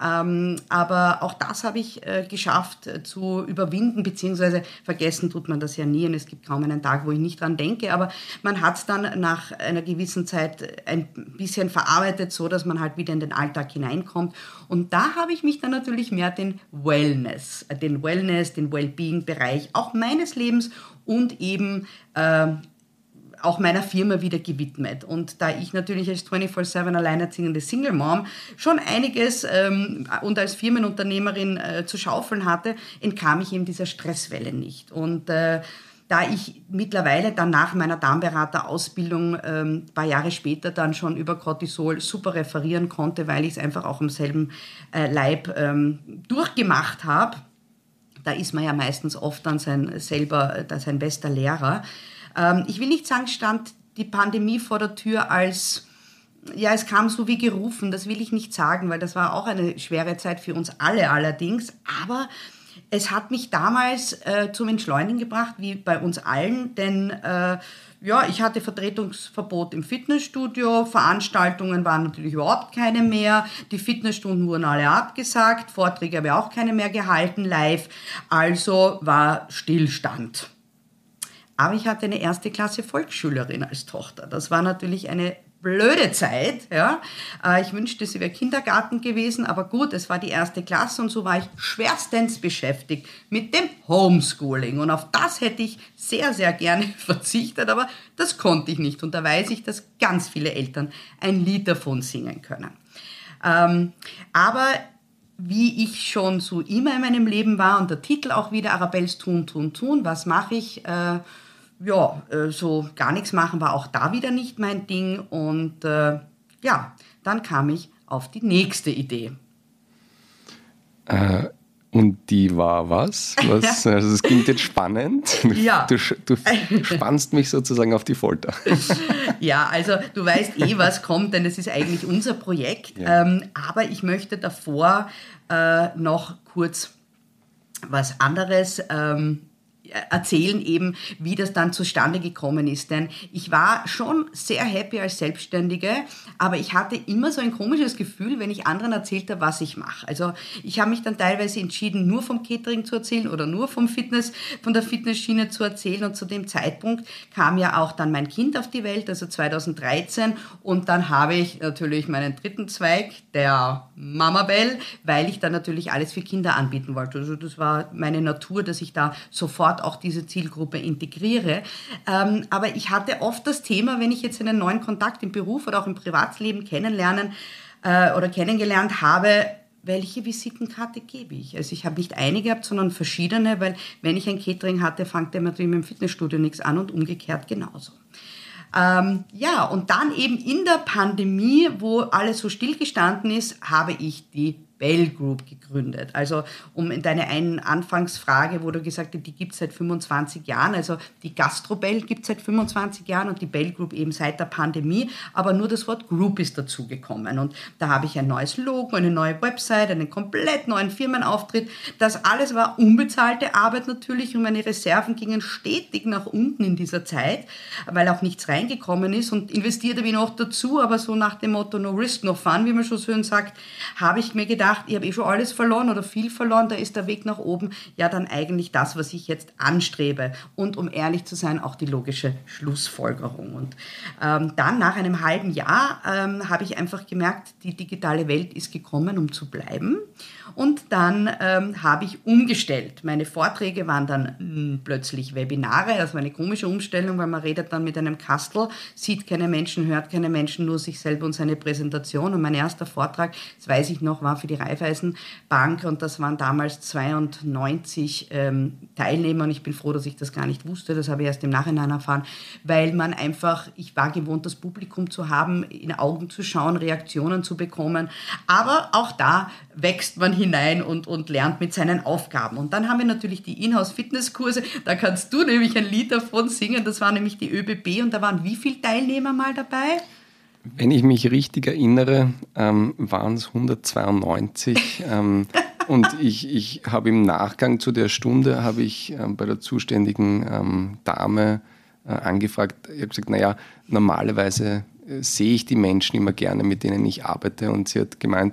Aber auch das habe ich geschafft zu überwinden, beziehungsweise vergessen tut man das ja nie. Und es gibt kaum einen Tag, wo ich nicht dran denke. Aber man hat es dann nach einer gewissen Zeit ein bisschen verarbeitet, so dass man halt wieder in den Alltag hineinkommt. Und da habe ich mich dann natürlich mehr den Wellness, den Wellness, den Wellbeing-Bereich auch meines Lebens und eben äh, auch meiner Firma wieder gewidmet. Und da ich natürlich als vierundzwanzig sieben alleinerziehende Single Mom schon einiges ähm, und als Firmenunternehmerin äh, zu schaufeln hatte, entkam ich eben dieser Stresswelle nicht. Und äh, da ich mittlerweile dann nach meiner Darmberaterausbildung ähm, ein paar Jahre später dann schon über Cortisol super referieren konnte, weil ich es einfach auch im selben äh, Leib ähm, durchgemacht habe, da ist man ja meistens oft dann sein, selber sein bester Lehrer. Ähm, ich will nicht sagen, stand die Pandemie vor der Tür als, ja, es kam so wie gerufen, das will ich nicht sagen, weil das war auch eine schwere Zeit für uns alle allerdings, aber es hat mich damals äh, zum Entschleunigen gebracht, wie bei uns allen, denn äh, ja, ich hatte Vertretungsverbot im Fitnessstudio, Veranstaltungen waren natürlich überhaupt keine mehr, die Fitnessstunden wurden alle abgesagt, Vorträge habe ich auch keine mehr gehalten live, also war Stillstand. Aber ich hatte eine erste Klasse Volksschülerin als Tochter. Das war natürlich eine blöde Zeit. Ja. Ich wünschte, sie wäre Kindergarten gewesen, aber gut, es war die erste Klasse und so war ich schwerstens beschäftigt mit dem Homeschooling. Und auf das hätte ich sehr, sehr gerne verzichtet, aber das konnte ich nicht. Und da weiß ich, dass ganz viele Eltern ein Lied davon singen können. Ähm, aber wie ich schon so immer in meinem Leben war und der Titel auch wieder Arabelles Tun, Tun, Tun, was mache ich? Äh, Ja, so gar nichts machen war auch da wieder nicht mein Ding und äh, ja, dann kam ich auf die nächste Idee. Äh, und die war was? was also es klingt jetzt spannend. Ja. Du, du spannst mich sozusagen auf die Folter. Ja, also du weißt eh, was kommt, denn es ist eigentlich unser Projekt. Ja. Ähm, aber ich möchte davor äh, noch kurz was anderes ähm, erzählen eben, wie das dann zustande gekommen ist. Denn ich war schon sehr happy als Selbstständige, aber ich hatte immer so ein komisches Gefühl, wenn ich anderen erzählt habe, was ich mache. Also ich habe mich dann teilweise entschieden, nur vom Catering zu erzählen oder nur vom Fitness, von der Fitnessschiene zu erzählen. Und zu dem Zeitpunkt kam ja auch dann mein Kind auf die Welt, also zweitausenddreizehn. Und dann habe ich natürlich meinen dritten Zweig, der Mama Bell, weil ich dann natürlich alles für Kinder anbieten wollte. Also das war meine Natur, dass ich da sofort auch diese Zielgruppe integriere. Ähm, aber ich hatte oft das Thema, wenn ich jetzt einen neuen Kontakt im Beruf oder auch im Privatleben kennenlernen äh, oder kennengelernt habe, welche Visitenkarte gebe ich? Also ich habe nicht eine gehabt, sondern verschiedene, weil wenn ich ein Catering hatte, fängt der natürlich mit dem Fitnessstudio nichts an und umgekehrt genauso. Ähm, ja, und dann eben in der Pandemie, wo alles so stillgestanden ist, habe ich die Bell Group gegründet. Also um in deine einen Anfangsfrage, wo du gesagt hast, die gibt es seit fünfundzwanzig Jahren, also die Gastrobell gibt es seit fünfundzwanzig Jahren und die Bell Group eben seit der Pandemie, aber nur das Wort Group ist dazugekommen. Und da habe ich ein neues Logo, eine neue Website, einen komplett neuen Firmenauftritt. Das alles war unbezahlte Arbeit natürlich und meine Reserven gingen stetig nach unten in dieser Zeit, weil auch nichts reingekommen ist und investiert habe ich noch dazu, aber so nach dem Motto no risk, no fun, wie man schon schön sagt, habe ich mir gedacht, ich habe eh schon alles verloren oder viel verloren, da ist der Weg nach oben ja dann eigentlich das, was ich jetzt anstrebe. Und um ehrlich zu sein, auch die logische Schlussfolgerung. Und ähm, dann nach einem halben Jahr ähm, habe ich einfach gemerkt, die digitale Welt ist gekommen, um zu bleiben. Und dann ähm, habe ich umgestellt. Meine Vorträge waren dann mh, plötzlich Webinare. Das war eine komische Umstellung, weil man redet dann mit einem Kastel, sieht keine Menschen, hört keine Menschen, nur sich selber und seine Präsentation. Und mein erster Vortrag, das weiß ich noch, war für die Raiffeisenbank und das waren damals zweiundneunzig ähm, Teilnehmer und ich bin froh, dass ich das gar nicht wusste. Das habe ich erst im Nachhinein erfahren, weil man einfach, ich war gewohnt, das Publikum zu haben, in Augen zu schauen, Reaktionen zu bekommen. Aber auch da wächst man hinein und, und lernt mit seinen Aufgaben. Und dann haben wir natürlich die Inhouse-Fitnesskurse. Da kannst du nämlich ein Lied davon singen. Das war nämlich die ÖBB und da waren wie viele Teilnehmer mal dabei? Wenn ich mich richtig erinnere, ähm, waren es hundertzweiundneunzig. ähm, und ich, ich habe im Nachgang zu der Stunde habe ich ähm, bei der zuständigen ähm, Dame äh, angefragt. Ich habe gesagt, naja, normalerweise äh, sehe ich die Menschen immer gerne, mit denen ich arbeite. Und sie hat gemeint,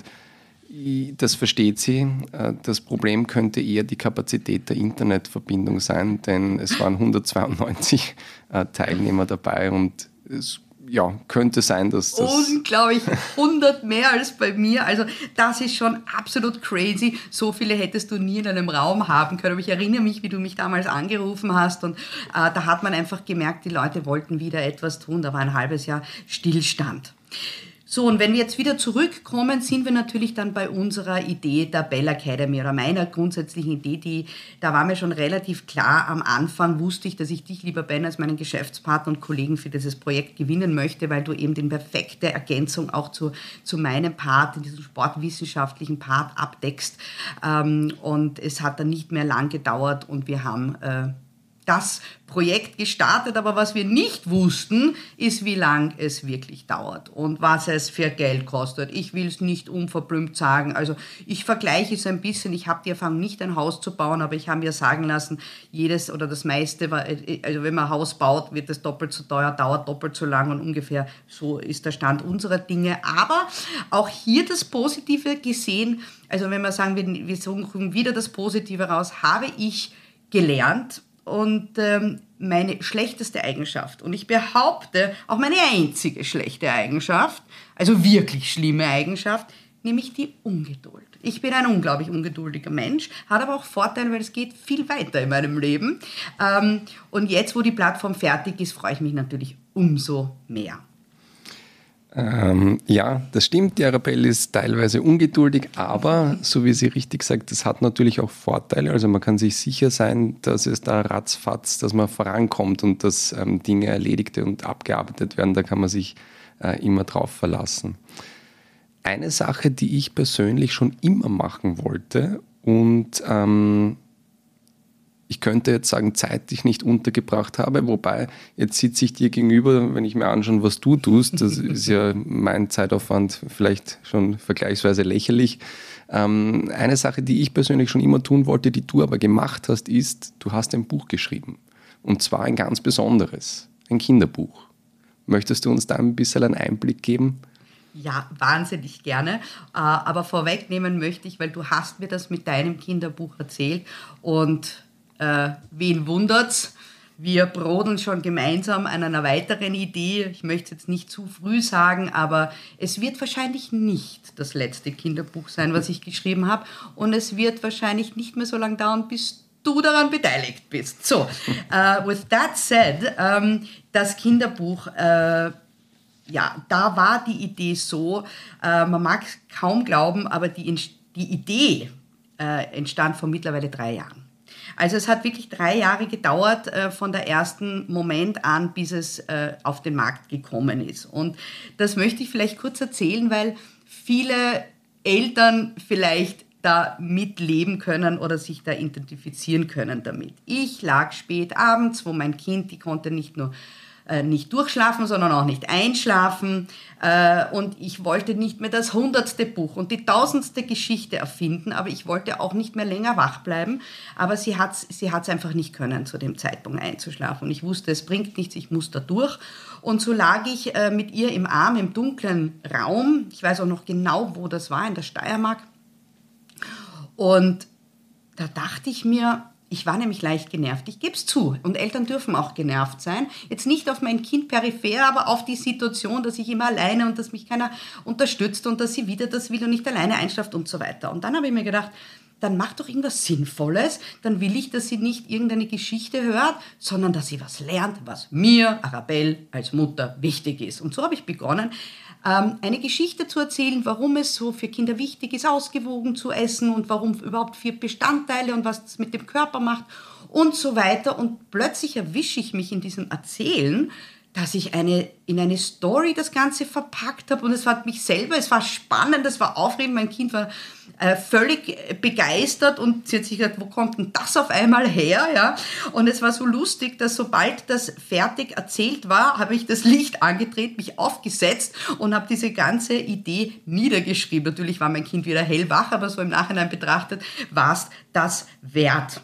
das versteht sie. Das Problem könnte eher die Kapazität der Internetverbindung sein, denn es waren hundertzweiundneunzig Teilnehmer dabei und es ja, könnte sein, dass das... Unglaublich, hundert mehr als bei mir. Also das ist schon absolut crazy. So viele hättest du nie in einem Raum haben können. Aber ich erinnere mich, wie du mich damals angerufen hast und äh, da hat man einfach gemerkt, die Leute wollten wieder etwas tun. Da war ein halbes Jahr Stillstand. So, und wenn wir jetzt wieder zurückkommen, sind wir natürlich dann bei unserer Idee der Bell Academy oder meiner grundsätzlichen Idee, die, da war mir schon relativ klar, am Anfang wusste ich, dass ich dich, lieber Ben, als meinen Geschäftspartner und Kollegen für dieses Projekt gewinnen möchte, weil du eben die perfekte Ergänzung auch zu, zu meinem Part, in diesem sportwissenschaftlichen Part abdeckst. Und es hat dann nicht mehr lang gedauert und wir haben... Äh, das Projekt gestartet, aber was wir nicht wussten, ist, wie lang es wirklich dauert und was es für Geld kostet. Ich will es nicht unverblümt sagen. Also ich vergleiche es ein bisschen. Ich habe die Erfahrung, nicht ein Haus zu bauen, aber ich habe mir sagen lassen, jedes oder das meiste, also wenn man ein Haus baut, wird es doppelt so teuer, dauert doppelt so lang und ungefähr so ist der Stand unserer Dinge. Aber auch hier das Positive gesehen, also wenn wir sagen, wir, wir suchen wieder das Positive raus, habe ich gelernt und ähm, meine schlechteste Eigenschaft, und ich behaupte, auch meine einzige schlechte Eigenschaft, also wirklich schlimme Eigenschaft, nämlich die Ungeduld. Ich bin ein unglaublich ungeduldiger Mensch, hat aber auch Vorteile, weil es geht viel weiter in meinem Leben. Ähm, und jetzt, wo die Plattform fertig ist, freue ich mich natürlich umso mehr. Ähm, ja, das stimmt. Die Arabelle ist teilweise ungeduldig, aber, so wie sie richtig sagt, das hat natürlich auch Vorteile. Also man kann sich sicher sein, dass es da ratzfatz, dass man vorankommt und dass ähm, Dinge erledigt und abgearbeitet werden. Da kann man sich äh, immer drauf verlassen. Eine Sache, die ich persönlich schon immer machen wollte und ähm, ich könnte jetzt sagen, zeitlich nicht untergebracht habe, wobei jetzt sitze ich dir gegenüber, wenn ich mir anschaue, was du tust, das ist ja mein Zeitaufwand vielleicht schon vergleichsweise lächerlich. Ähm, eine Sache, die ich persönlich schon immer tun wollte, die du aber gemacht hast, ist, du hast ein Buch geschrieben. Und zwar ein ganz besonderes, ein Kinderbuch. Möchtest du uns da ein bisschen einen Einblick geben? Ja, wahnsinnig gerne. Aber vorwegnehmen möchte ich, weil du hast mir das mit deinem Kinderbuch erzählt und Äh, wen wundert's? Wir brodeln schon gemeinsam an einer weiteren Idee. Ich möchte es jetzt nicht zu früh sagen, aber es wird wahrscheinlich nicht das letzte Kinderbuch sein, was ich geschrieben habe. Und es wird wahrscheinlich nicht mehr so lange dauern, bis du daran beteiligt bist. So, uh, with that said, ähm, das Kinderbuch, äh, ja, da war die Idee so, äh, man mag es kaum glauben, aber die, die Idee äh, entstand vor mittlerweile drei Jahren. Also es hat wirklich drei Jahre gedauert äh, von der ersten Moment an, bis es äh, auf den Markt gekommen ist. Und das möchte ich vielleicht kurz erzählen, weil viele Eltern vielleicht da mitleben können oder sich da identifizieren können damit. Ich lag spät abends, wo mein Kind, die konnte nicht nur äh, nicht durchschlafen, sondern auch nicht einschlafen. Äh, und ich wollte nicht mehr das hundertste Buch und die tausendste Geschichte erfinden, aber ich wollte auch nicht mehr länger wach bleiben. Aber sie hat es sie hat's einfach nicht können, zu dem Zeitpunkt einzuschlafen. Und ich wusste, es bringt nichts, ich muss da durch. Und so lag ich äh, mit ihr im Arm im dunklen Raum. Ich weiß auch noch genau, wo das war, in der Steiermark. Und da dachte ich mir, ich war nämlich leicht genervt, ich gebe es zu. Und Eltern dürfen auch genervt sein. Jetzt nicht auf mein Kind peripher, aber auf die Situation, dass ich immer alleine und dass mich keiner unterstützt und dass sie wieder das will und nicht alleine einschlaft und so weiter. Und dann habe ich mir gedacht, dann mach doch irgendwas Sinnvolles. Dann will ich, dass sie nicht irgendeine Geschichte hört, sondern dass sie was lernt, was mir, Arabelle, als Mutter wichtig ist. Und so habe ich begonnen, eine Geschichte zu erzählen, warum es so für Kinder wichtig ist, ausgewogen zu essen und warum überhaupt vier Bestandteile und was das mit dem Körper macht und so weiter. Und plötzlich erwische ich mich in diesem Erzählen, dass ich eine, in eine Story das Ganze verpackt habe und es war mich selber, es war spannend, es war aufregend, mein Kind war äh, völlig begeistert und sie hat sich gedacht, wo kommt denn das auf einmal her? Ja? Und es war so lustig, dass sobald das fertig erzählt war, habe ich das Licht angedreht, mich aufgesetzt und habe diese ganze Idee niedergeschrieben. Natürlich war mein Kind wieder hellwach, aber so im Nachhinein betrachtet war es das wert.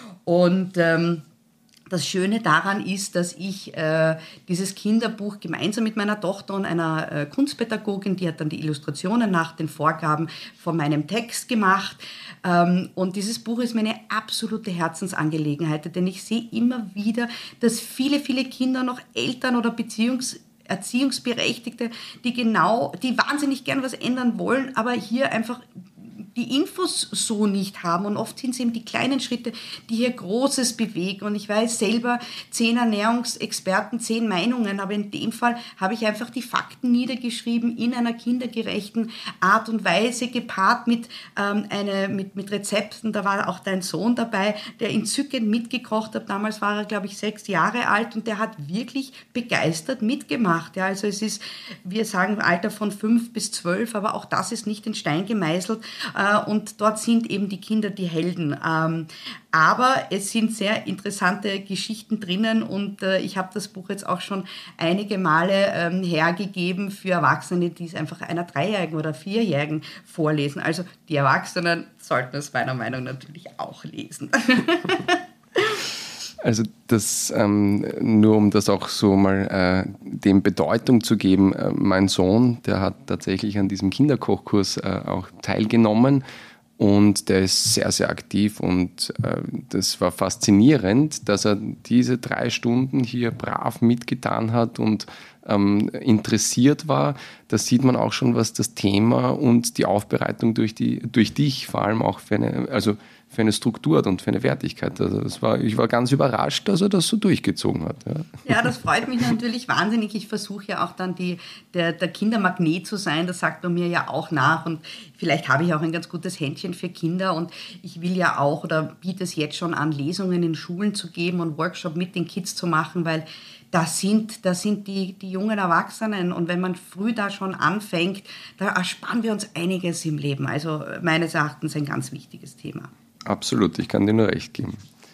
Und ähm, das Schöne daran ist, dass ich äh, dieses Kinderbuch gemeinsam mit meiner Tochter und einer äh, Kunstpädagogin, die hat dann die Illustrationen nach den Vorgaben von meinem Text gemacht. Ähm, und dieses Buch ist mir eine absolute Herzensangelegenheit, denn ich sehe immer wieder, dass viele, viele Kinder noch Eltern oder Beziehungs Erziehungsberechtigte, die genau, die wahnsinnig gern was ändern wollen, aber hier einfach die Infos so nicht haben und oft sind es eben die kleinen Schritte, die hier Großes bewegen und ich weiß selber, zehn Ernährungsexperten, zehn Meinungen, aber in dem Fall habe ich einfach die Fakten niedergeschrieben in einer kindergerechten Art und Weise, gepaart mit, ähm, eine, mit, mit Rezepten, da war auch dein Sohn dabei, der entzückend mitgekocht hat, damals war er glaube ich sechs Jahre alt und der hat wirklich begeistert mitgemacht, ja, also es ist, wir sagen Alter von fünf bis zwölf, aber auch das ist nicht in Stein gemeißelt. äh, und dort sind eben die Kinder die Helden. Ähm, aber es sind sehr interessante Geschichten drinnen und äh, ich habe das Buch jetzt auch schon einige Male ähm, hergegeben für Erwachsene, die es einfach einer Dreijährigen oder Vierjährigen vorlesen. Also die Erwachsenen sollten es meiner Meinung nach natürlich auch lesen. Also das, ähm, nur um das auch so mal äh, dem Bedeutung zu geben, äh, mein Sohn, der hat tatsächlich an diesem Kinderkochkurs äh, auch teilgenommen und der ist sehr, sehr aktiv und äh, das war faszinierend, dass er diese drei Stunden hier brav mitgetan hat und ähm, interessiert war. Da sieht man auch schon, was das Thema und die Aufbereitung durch, die, durch dich vor allem auch für eine, also für eine Struktur hat und für eine Wertigkeit. Also das war, ich war ganz überrascht, dass er das so durchgezogen hat. Ja, ja, das freut mich natürlich wahnsinnig. Ich versuche ja auch dann die, der, der Kindermagnet zu sein. Das sagt man mir ja auch nach. Und vielleicht habe ich auch ein ganz gutes Händchen für Kinder. Und ich will ja auch oder biete es jetzt schon an, Lesungen in Schulen zu geben und Workshop mit den Kids zu machen, weil das sind, das sind die, die jungen Erwachsenen. Und wenn man früh da schon anfängt, da ersparen wir uns einiges im Leben. Also meines Erachtens ein ganz wichtiges Thema. Absolut, ich kann dir nur recht geben.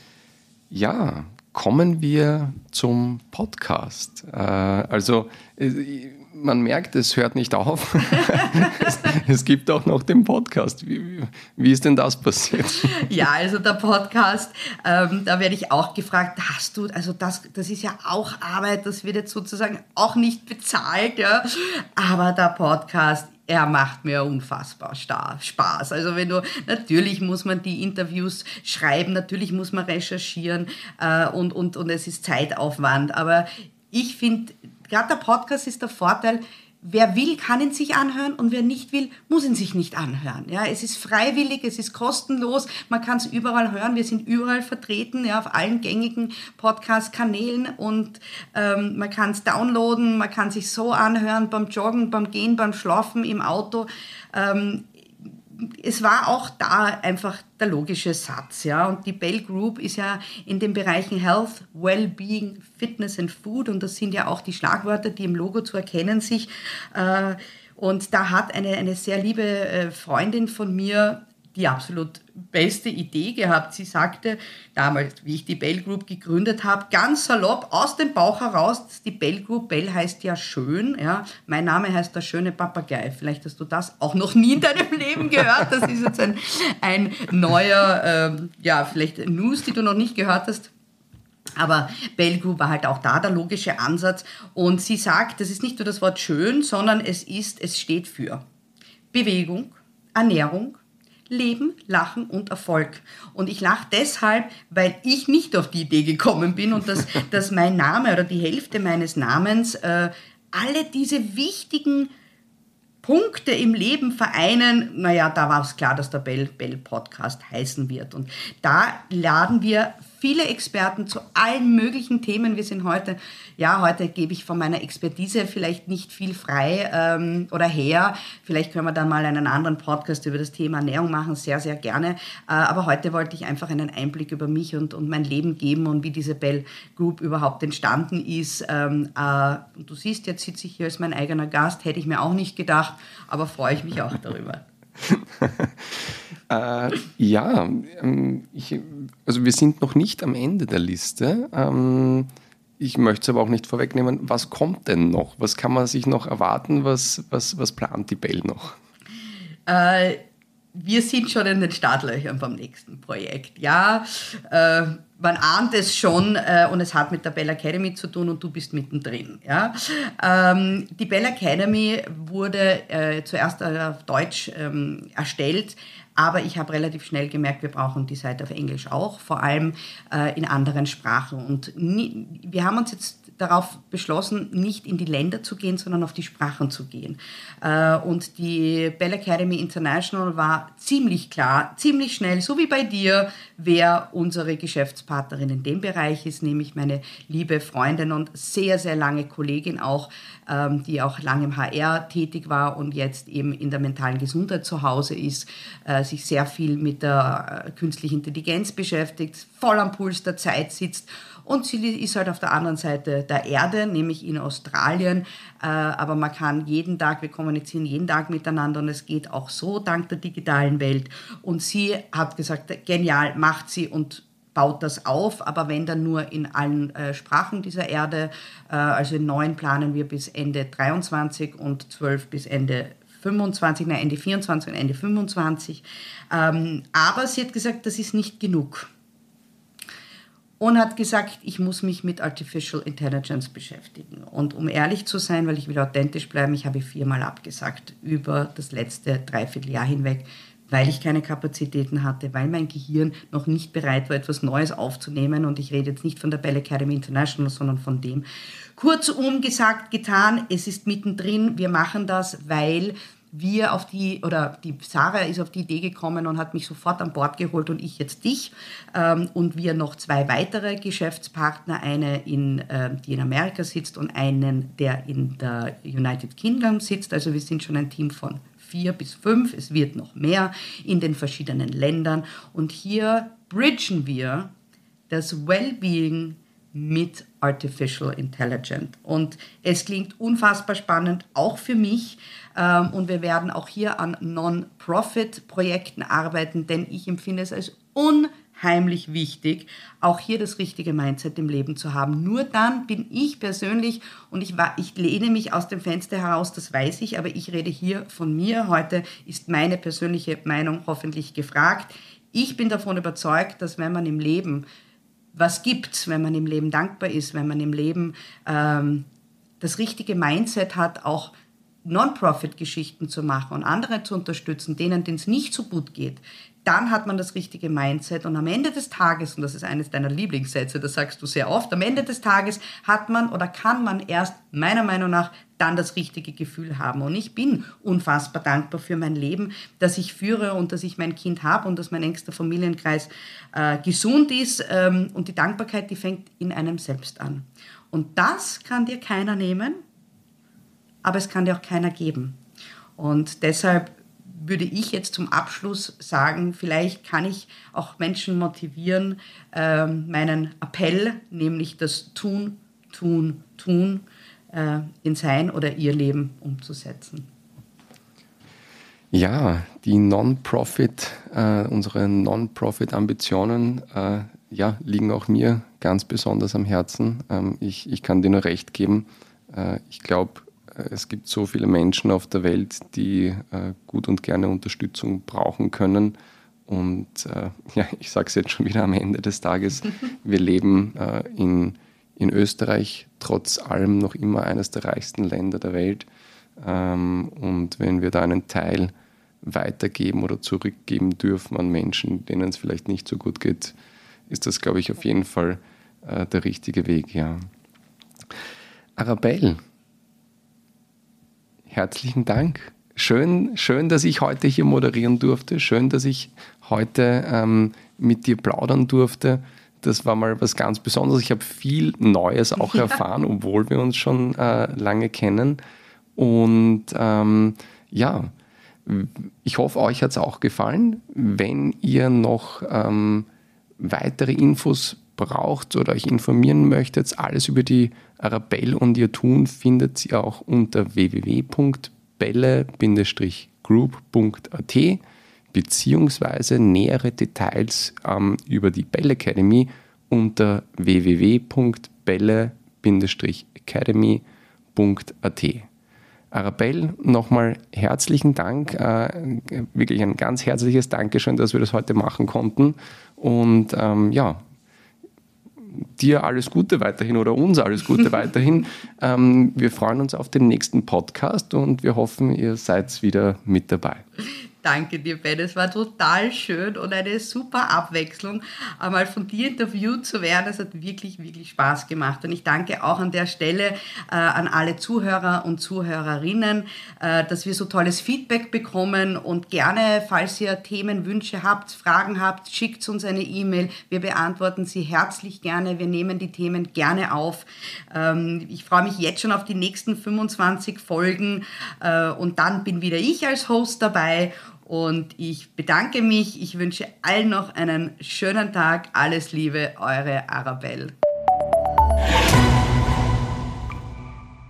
Ja, kommen wir zum Podcast. Äh, also man merkt, es hört nicht auf. es, es gibt auch noch den Podcast. Wie, wie ist denn das passiert? Ja, also der Podcast, ähm, da werde ich auch gefragt, hast du, also das, das ist ja auch Arbeit, das wird jetzt sozusagen auch nicht bezahlt, ja. Aber der Podcast, er macht mir unfassbar Spaß. Also wenn du, natürlich muss man die Interviews schreiben, natürlich muss man recherchieren äh, und, und, und es ist Zeitaufwand. Aber ich finde, gerade der Podcast ist der Vorteil, wer will, kann ihn sich anhören und wer nicht will, muss ihn sich nicht anhören. Ja, es ist freiwillig, es ist kostenlos, man kann es überall hören, wir sind überall vertreten, ja, auf allen gängigen Podcast-Kanälen und ähm, man kann es downloaden, man kann sich so anhören beim Joggen, beim Gehen, beim Schlafen, im Auto. Ähm, es war auch da einfach der logische Satz, ja. Und die Bell Group ist ja in den Bereichen Health, Wellbeing, Fitness and Food und das sind ja auch die Schlagwörter, die im Logo zu erkennen sich. Und da hat eine, eine sehr liebe Freundin von mir die absolut beste Idee gehabt. Sie sagte damals, wie ich die Bell Group gegründet habe, ganz salopp aus dem Bauch heraus, die Bell Group, Bell heißt ja schön, ja. Mein Name heißt der schöne Papagei. Vielleicht hast du das auch noch nie in deinem Leben gehört. Das ist jetzt ein, ein neuer, ähm, ja, vielleicht News, die du noch nicht gehört hast. Aber Bell Group war halt auch da der logische Ansatz. Und sie sagt, das ist nicht nur das Wort schön, sondern es ist, es steht für Bewegung, Ernährung, Leben, Lachen und Erfolg. Und ich lache deshalb, weil ich nicht auf die Idee gekommen bin und dass, dass mein Name oder die Hälfte meines Namens äh, alle diese wichtigen Punkte im Leben vereinen. Naja, da war es klar, dass der Bell, Bell Podcast heißen wird. Und da laden wir viele Experten zu allen möglichen Themen. Wir sind heute, ja, heute gebe ich von meiner Expertise vielleicht nicht viel frei ähm, oder her. Vielleicht können wir dann mal einen anderen Podcast über das Thema Ernährung machen, sehr, sehr gerne. Äh, aber heute wollte ich einfach einen Einblick über mich und, und mein Leben geben und wie diese Bell Group überhaupt entstanden ist. Ähm, äh, und du siehst, jetzt sitze ich hier als mein eigener Gast, hätte ich mir auch nicht gedacht, aber freue ich mich auch darüber. äh, ja, ich, also wir sind noch nicht am Ende der Liste. Ähm, ich möchte es aber auch nicht vorwegnehmen. Was kommt denn noch? Was kann man sich noch erwarten? Was, was, was plant die Bell noch? Äh, wir sind schon in den Startlöchern vom nächsten Projekt. Ja, äh, man ahnt es schon äh, und es hat mit der Bell Academy zu tun und du bist mittendrin. Ja? Ähm, die Bell Academy wurde äh, zuerst auf Deutsch ähm, erstellt, aber ich habe relativ schnell gemerkt, wir brauchen die Seite auf Englisch auch, vor allem äh, in anderen Sprachen. Und nie, wir haben uns jetzt darauf beschlossen, nicht in die Länder zu gehen, sondern auf die Sprachen zu gehen. Äh, und die Bell Academy International war ziemlich klar, ziemlich schnell, so wie bei dir, wer unsere Geschäftspartnerin in dem Bereich ist, nämlich meine liebe Freundin und sehr, sehr lange Kollegin auch, ähm, die auch lange im H R tätig war und jetzt eben in der mentalen Gesundheit zu Hause ist, äh, sich sehr viel mit der äh, künstlichen Intelligenz beschäftigt, voll am Puls der Zeit sitzt Und sie ist halt auf der anderen Seite der Erde, nämlich in Australien. Äh, aber man kann jeden Tag, wir kommunizieren jeden Tag miteinander und es geht auch so dank der digitalen Welt. Und sie hat gesagt, genial, macht sie und baut das auf, aber wenn dann nur in allen äh, Sprachen dieser Erde, äh, also in neun planen wir bis Ende dreiundzwanzig und zwölf bis Ende fünfundzwanzig, nein, Ende vierundzwanzig und Ende fünfundzwanzig. Ähm, aber sie hat gesagt, das ist nicht genug. Und hat gesagt, ich muss mich mit Artificial Intelligence beschäftigen. Und um ehrlich zu sein, weil ich will authentisch bleiben, ich habe viermal abgesagt über das letzte Dreivierteljahr hinweg, weil ich keine Kapazitäten hatte, weil mein Gehirn noch nicht bereit war, etwas Neues aufzunehmen. Und ich rede jetzt nicht von der Bell Academy International, sondern von dem. Kurzum gesagt, getan, es ist mittendrin, wir machen das, weil wir auf die, oder die Sarah ist auf die Idee gekommen und hat mich sofort an Bord geholt und ich jetzt dich. Ähm, und wir noch zwei weitere Geschäftspartner, eine, in, äh, die in Amerika sitzt und einen, der in der United Kingdom sitzt. Also wir sind schon ein Team von vier bis fünf, es wird noch mehr in den verschiedenen Ländern. Und hier bridgen wir das Wellbeing mit Artificial Intelligence. Und es klingt unfassbar spannend, auch für mich. Und wir werden auch hier an Non-Profit-Projekten arbeiten, denn ich empfinde es als unheimlich wichtig, auch hier das richtige Mindset im Leben zu haben. Nur dann bin ich persönlich, und ich, war, ich lehne mich aus dem Fenster heraus, das weiß ich, aber ich rede hier von mir. Heute ist meine persönliche Meinung hoffentlich gefragt. Ich bin davon überzeugt, dass wenn man im Leben was gibt, wenn man im Leben dankbar ist, wenn man im Leben ähm, das richtige Mindset hat, auch Non-Profit-Geschichten zu machen und andere zu unterstützen, denen denen es nicht so gut geht, dann hat man das richtige Mindset und am Ende des Tages, und das ist eines deiner Lieblingssätze, das sagst du sehr oft, am Ende des Tages hat man oder kann man erst meiner Meinung nach dann das richtige Gefühl haben. Und ich bin unfassbar dankbar für mein Leben, das ich führe und dass ich mein Kind habe und dass mein engster Familienkreis äh, gesund ist. Ähm, und die Dankbarkeit, die fängt in einem selbst an. Und das kann dir keiner nehmen, aber es kann dir auch keiner geben. Und deshalb würde ich jetzt zum Abschluss sagen, vielleicht kann ich auch Menschen motivieren, äh, meinen Appell, nämlich das Tun, Tun, Tun, äh, in sein oder ihr Leben umzusetzen. Ja, die Non-Profit, äh, unsere Non-Profit-Ambitionen äh, ja, liegen auch mir ganz besonders am Herzen. Ähm, ich, ich kann dir nur recht geben. Äh, ich glaube, es gibt so viele Menschen auf der Welt, die äh, gut und gerne Unterstützung brauchen können. Und äh, ja, ich sage es jetzt schon wieder am Ende des Tages, wir leben äh, in, in Österreich trotz allem noch immer eines der reichsten Länder der Welt. Ähm, und wenn wir da einen Teil weitergeben oder zurückgeben dürfen an Menschen, denen es vielleicht nicht so gut geht, ist das, glaube ich, auf jeden Fall äh, der richtige Weg. Ja. Arabelle, herzlichen Dank. Schön, schön, dass ich heute hier moderieren durfte. Schön, dass ich heute ähm, mit dir plaudern durfte. Das war mal was ganz Besonderes. Ich habe viel Neues auch ja. erfahren, obwohl wir uns schon äh, lange kennen. Und ähm, ja, ich hoffe, euch hat es auch gefallen. Wenn ihr noch ähm, weitere Infos braucht oder euch informieren möchtet, alles über die Arabelle und ihr Tun findet ihr auch unter w w w punkt belle Bindestrich group punkt a t beziehungsweise nähere Details ähm, über die Bell Academy unter w w w punkt belle Bindestrich academy punkt a t. Arabelle, nochmal herzlichen Dank, äh, wirklich ein ganz herzliches Dankeschön, dass wir das heute machen konnten und ähm, ja, dir alles Gute weiterhin oder uns alles Gute weiterhin. Ähm, wir freuen uns auf den nächsten Podcast und wir hoffen, ihr seid wieder mit dabei. Danke dir, Ben. Es war total schön und eine super Abwechslung, einmal von dir interviewt zu werden. Es hat wirklich, wirklich Spaß gemacht. Und ich danke auch an der Stelle äh, an alle Zuhörer und Zuhörerinnen, äh, dass wir so tolles Feedback bekommen. Und gerne, falls ihr Themenwünsche habt, Fragen habt, schickt uns eine E-Mail. Wir beantworten sie herzlich gerne. Wir nehmen die Themen gerne auf. Ähm, ich freue mich jetzt schon auf die nächsten fünfundzwanzig Folgen. Äh, und dann bin wieder ich als Host dabei. Und ich bedanke mich. Ich wünsche allen noch einen schönen Tag. Alles Liebe, eure Arabelle.